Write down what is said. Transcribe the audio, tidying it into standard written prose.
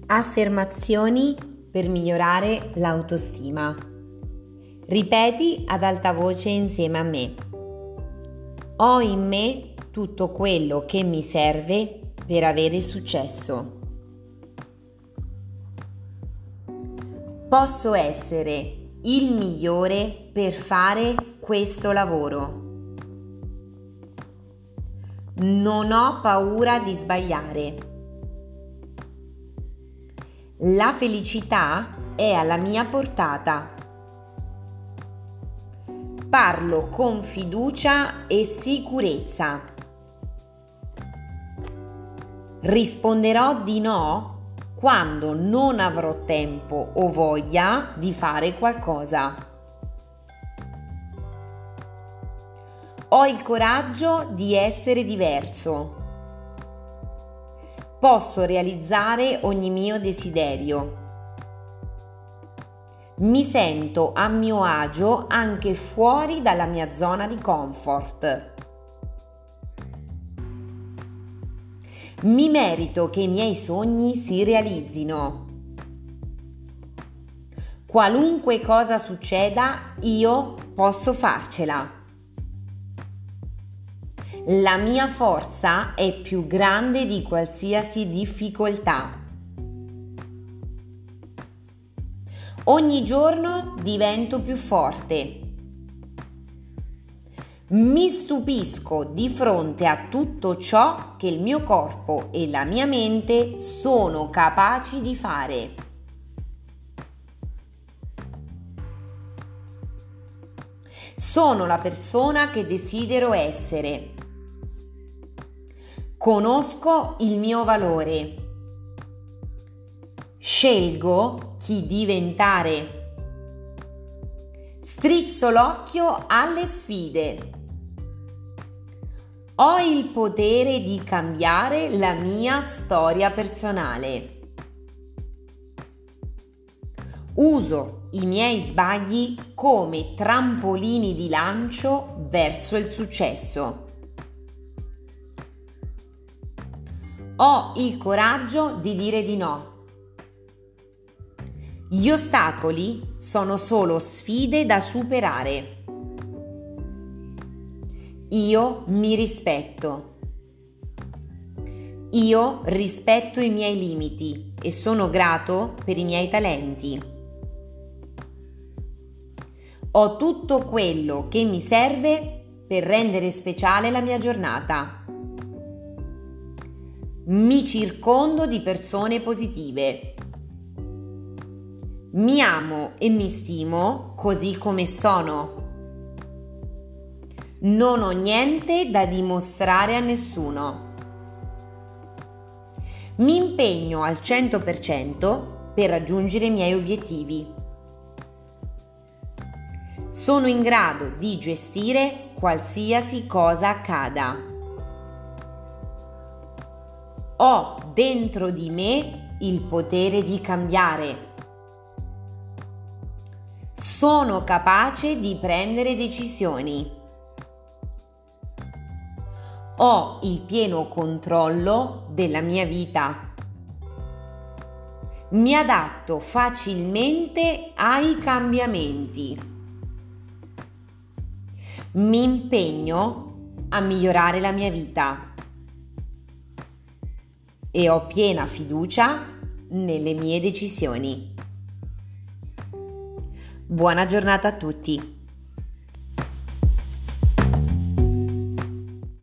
Affermazioni per migliorare l'autostima. Ripeti ad alta voce insieme a me. Ho in me tutto quello che mi serve per avere successo. Posso essere il migliore per fare questo lavoro. Non ho paura di sbagliare. La felicità è alla mia portata. Parlo con fiducia e sicurezza. Risponderò di no quando non avrò tempo o voglia di fare qualcosa. Ho il coraggio di essere diverso. Posso realizzare ogni mio desiderio. Mi sento a mio agio anche fuori dalla mia zona di comfort. Mi merito che i miei sogni si realizzino. Qualunque cosa succeda, io posso farcela. La mia forza è più grande di qualsiasi difficoltà. Ogni giorno divento più forte. Mi stupisco di fronte a tutto ciò che il mio corpo e la mia mente sono capaci di fare. Sono la persona che desidero essere. Conosco il mio valore. Scelgo chi diventare. Strizzo l'occhio alle sfide. Ho il potere di cambiare la mia storia personale. Uso i miei sbagli come trampolini di lancio verso il successo. Ho il coraggio di dire di no. Gli ostacoli sono solo sfide da superare. Io mi rispetto. Io rispetto i miei limiti e sono grato per i miei talenti. Ho tutto quello che mi serve per rendere speciale la mia giornata. Mi circondo di persone positive. Mi amo e mi stimo così come sono. Non ho niente da dimostrare a nessuno. Mi impegno al 100% per raggiungere i miei obiettivi. Sono in grado di gestire qualsiasi cosa accada. Ho dentro di me il potere di cambiare. Sono capace di prendere decisioni. Ho il pieno controllo della mia vita. Mi adatto facilmente ai cambiamenti. Mi impegno a migliorare la mia vita. E ho piena fiducia nelle mie decisioni. Buona giornata a tutti!